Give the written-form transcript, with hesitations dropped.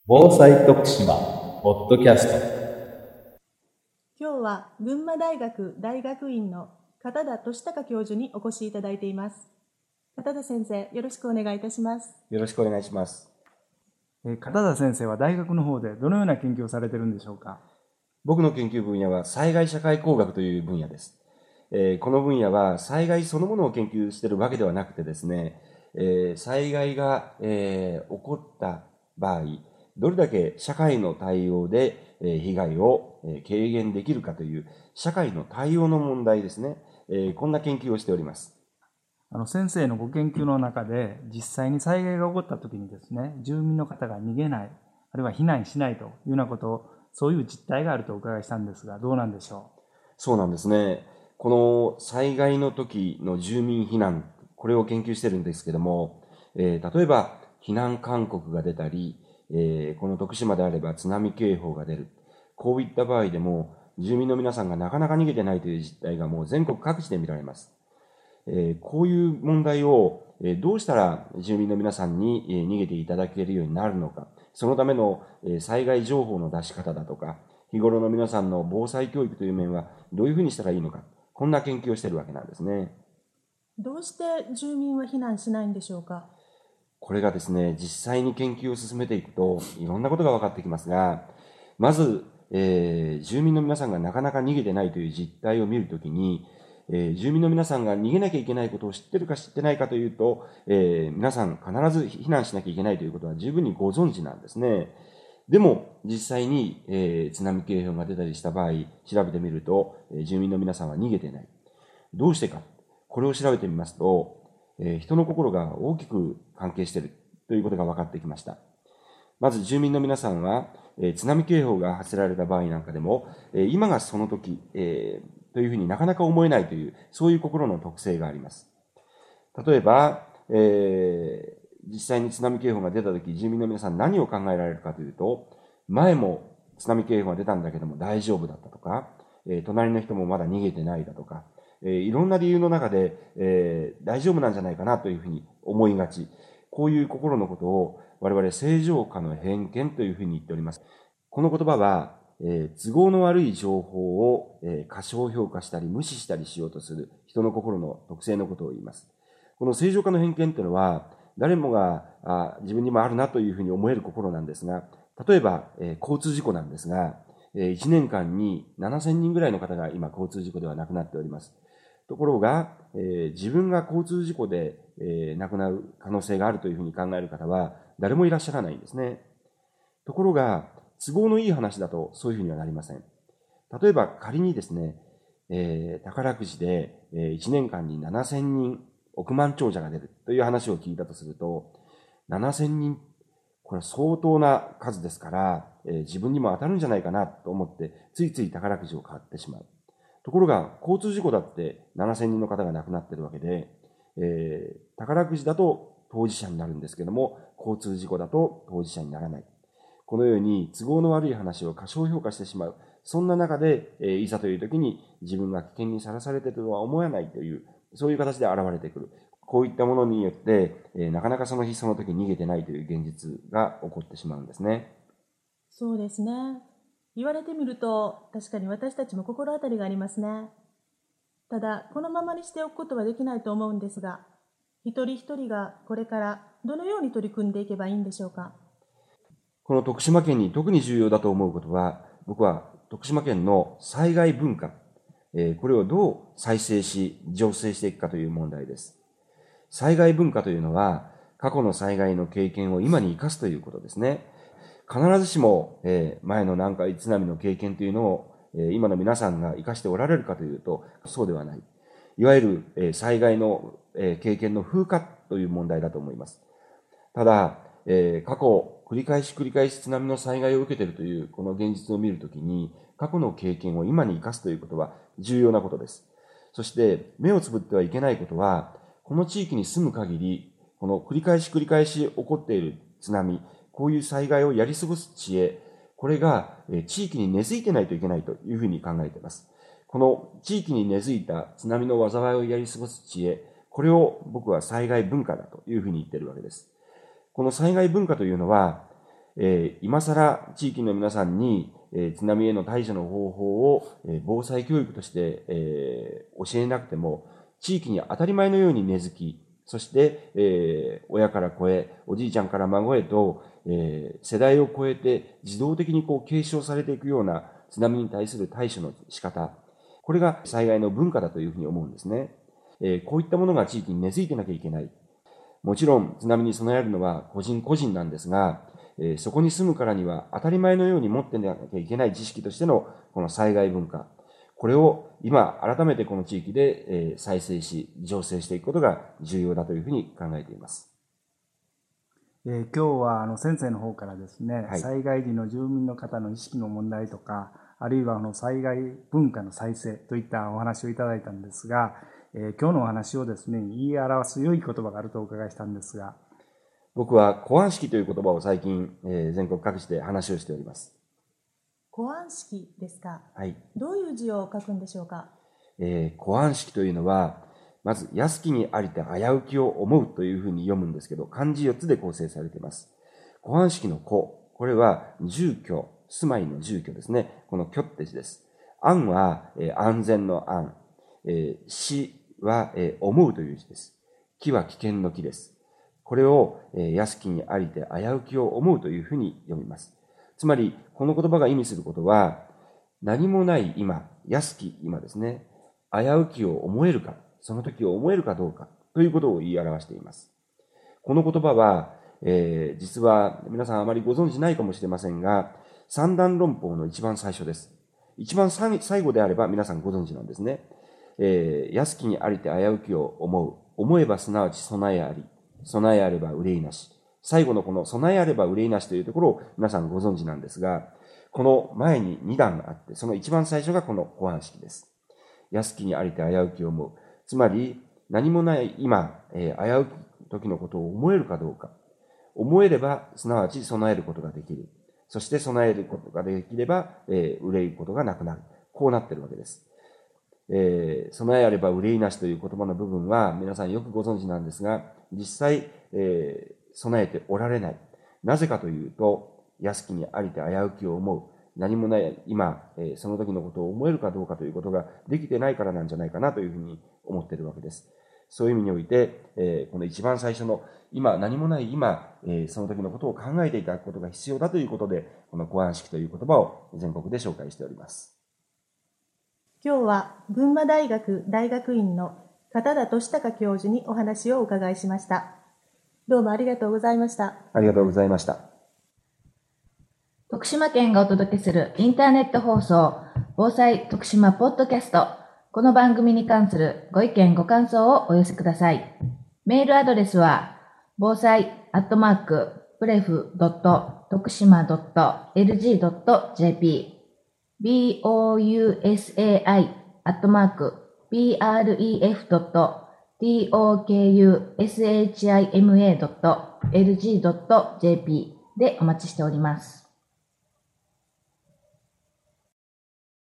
防災徳島ポッドキャスト。 今日は群馬大学大学院の片田俊孝教授にお越しいただいています。片田先生、よろしくお願いいたします。 よろしくお願いします。 片田先生は大学の方でどのような研究をされているんでしょうか？ 僕の研究分野は災害社会工学という分野です。この分野は災害そのものを研究しているわけではなくてですね、災害が、起こった場合、どれだけ社会の対応で、被害を、軽減できるかという社会の対応の問題ですね。こんな研究をしております。 先生のご研究の中で実際に災害が起こった時にですね、住民の方が逃げない、あるいは避難しないというようなことを、そういう実態があるとお伺いしたんですが、どうなんでしょう？ そうなんですね。この災害の時の住民避難、これを研究しているんですけども、例えば避難勧告が出たり、この徳島であれば津波警報が出る。こういった場合でも、住民の皆さんがなかなか逃げてないという実態がもう全国各地で見られます。こういう問題をどうしたら住民の皆さんに逃げていただけるようになるのか、そのための災害情報の出し方だとか、日頃の皆さんの防災教育という面はどういうふうにしたらいいのか、こんな研究をしているわけなんですね。 どうして住民は避難しないんでしょうか？ これがですね、実際に研究を進めていくといろんなことが分かってきますが、まず、住民の皆さんがなかなか逃げてないという実態を見るときに、住民の皆さんが逃げなきゃいけないことを知ってるか知ってないかというと、皆さん必ず避難しなきゃいけないということは十分にご存知なんですね。でも実際に、津波警報が出たりした場合、調べてみると、住民の皆さんは逃げていない。どうしてか。これを調べてみますと、人の心が大きく関係しているということが分かってきました。まず住民の皆さんは、津波警報が発せられた場合なんかでも、今がその時、というふうになかなか思えないという、そういう心の特性があります。例えば、実際に津波警報が出た時、住民の皆さん何を考えられるかというと、前も津波警報が出たんだけども大丈夫だったとか、隣の人もまだ逃げてないだとか、いろんな理由の中で、大丈夫なんじゃないかなというふうに思いがち。こういう心のことを我々正常化の偏見というふうに言っております。この言葉は、都合の悪い情報を、過小評価したり無視したりしようとする人の心の特性のことを言います。この正常化の偏見というのは、誰もが自分にもあるなというふうに思える心なんですが、例えば、交通事故なんですが、1年間に7000人ぐらいの方が今交通事故では亡くなっております。ところが、自分が交通事故で、亡くなる可能性があるというふうに考える方は誰もいらっしゃらないんですね。ところが、都合のいい話だとそういうふうにはなりません。例えば仮にですね、宝くじで、1年間に7000人億万長者が出るという話を聞いたとすると、7000人、これは相当な数ですから、自分にも当たるんじゃないかなと思って、ついつい宝くじを買ってしまう。ところが、交通事故だって7000人の方が亡くなっているわけで、宝くじだと当事者になるんですけども、交通事故だと当事者にならない。このように都合の悪い話を過小評価してしまう。そんな中で、いざという時に自分が危険にさらされているとは思わないという、そういう形で現れてくる。こういったものによって、なかなかその日その時逃げてないという現実が起こってしまうんですね。 そうですね。言われてみると、確かに私たちも心当たりがありますね。ただ、このままにしておくことはできないと思うんですが、一人一人がこれからどのように取り組んでいけばいいんでしょうか。 この徳島県に特に重要だと思うことは、僕は徳島県の災害文化、これをどう再生し、醸成していくかという問題です。災害文化というのは、過去の災害の経験を今に生かすということですね。必ずしも、前の南海津波の経験というのを、今の皆さんが生かしておられるかというと、そうではない。いわゆる、災害の、経験の風化という問題だと思います。ただ、過去、繰り返し津波の災害を受けているというこの現実を見るときに、過去の経験を今に生かすということは重要なことです。そして、目をつぶってはいけないことは、この地域に住む限り、この繰り返し起こっている津波、こういう災害をやり過ごす知恵、これが地域に根付いてないといけないというふうに考えています。この地域に根付いた津波の災いをやり過ごす知恵、これを僕は災害文化だというふうに言っているわけです。この災害文化というのは、 今更地域の皆さんに、津波への対処の方法を、防災教育として、教えなくても、地域に当たり前のように根付き、そして、親から子へ、おじいちゃんから孫へと、世代を超えて自動的に継承されていくような津波に対する対処の仕方、これが災害の文化だというふうに思うんですね。こういったものが地域に根付いてなきゃいけない。もちろん津波に備えるのは個人個人なんですが、そこに住むからには当たり前のように持ってなきゃいけない知識としてのこの災害文化、これを今改めてこの地域で再生し、醸成していくことが重要だというふうに考えています。 今日は先生の方からですね、 はい、 災害時の住民の方の意識の問題とか、あるいは災害文化の再生といったお話をいただいたんですが、今日のお話をですね、言い表す良い言葉があるとお伺いしたんですが。 僕は小安式という言葉を最近、全国各地で話をしております。 小安式ですか。 はい。 どういう字を書くんでしょうか。 小安式というのは、まず、安きにありて危うきを思うというふうに読むんですけど、漢字4つで構成されています。小安式の小、これは住居、住まいの住居ですね。この居って字です。安は、安全の安。死は、思うという字です。木は危険の木です。これを、安きにありて危うきを思うというふうに読みます。つまり、この言葉が意味することは、何もない今、安き今ですね。危うきを思えるか、その時を思えるかどうかということを言い表しています。この言葉は、実は皆さんあまりご存知ないかもしれませんが、三段論法の一番最初です。一番最後であれば皆さんご存知なんですね。安きにありて危うきを思う。思えばすなわち備えあり。備えあれば憂いなし。最後のこの備えあれば憂いなしというところを皆さんご存知なんですが、この前に2段があって、その一番最初がこの小安式です。安きにありて危うきを思う。つまり、何もない今、危うき時のことを思えるかどうか。思えれば、すなわち備えることができる。そして備えることができれば、憂いことがなくなる。こうなっているわけです。備えあれば憂いなしという言葉の部分は皆さんよくご存知なんですが、実際、備えておられない。なぜかというと、安きにありて危うきを思う。何もない今、その時のことを思えるかどうかということができてないからなんじゃないかなというふうに思っているわけです。そういう意味において、この一番最初の今、何もない今、その時のことを考えていただくことが必要だということで、この小安式という言葉を全国で紹介しております。 今日は群馬大学大学院の片田俊孝教授にお話をお伺いしました。どうもありがとうございました。 ありがとうございました。 徳島県がお届けするインターネット放送、防災徳島ポッドキャスト。この番組に関するご意見ご感想をお寄せください。メールアドレスは、防災@bref.徳島.lg.jp bousai@bref.tokushima.lg.jp でお待ちしております。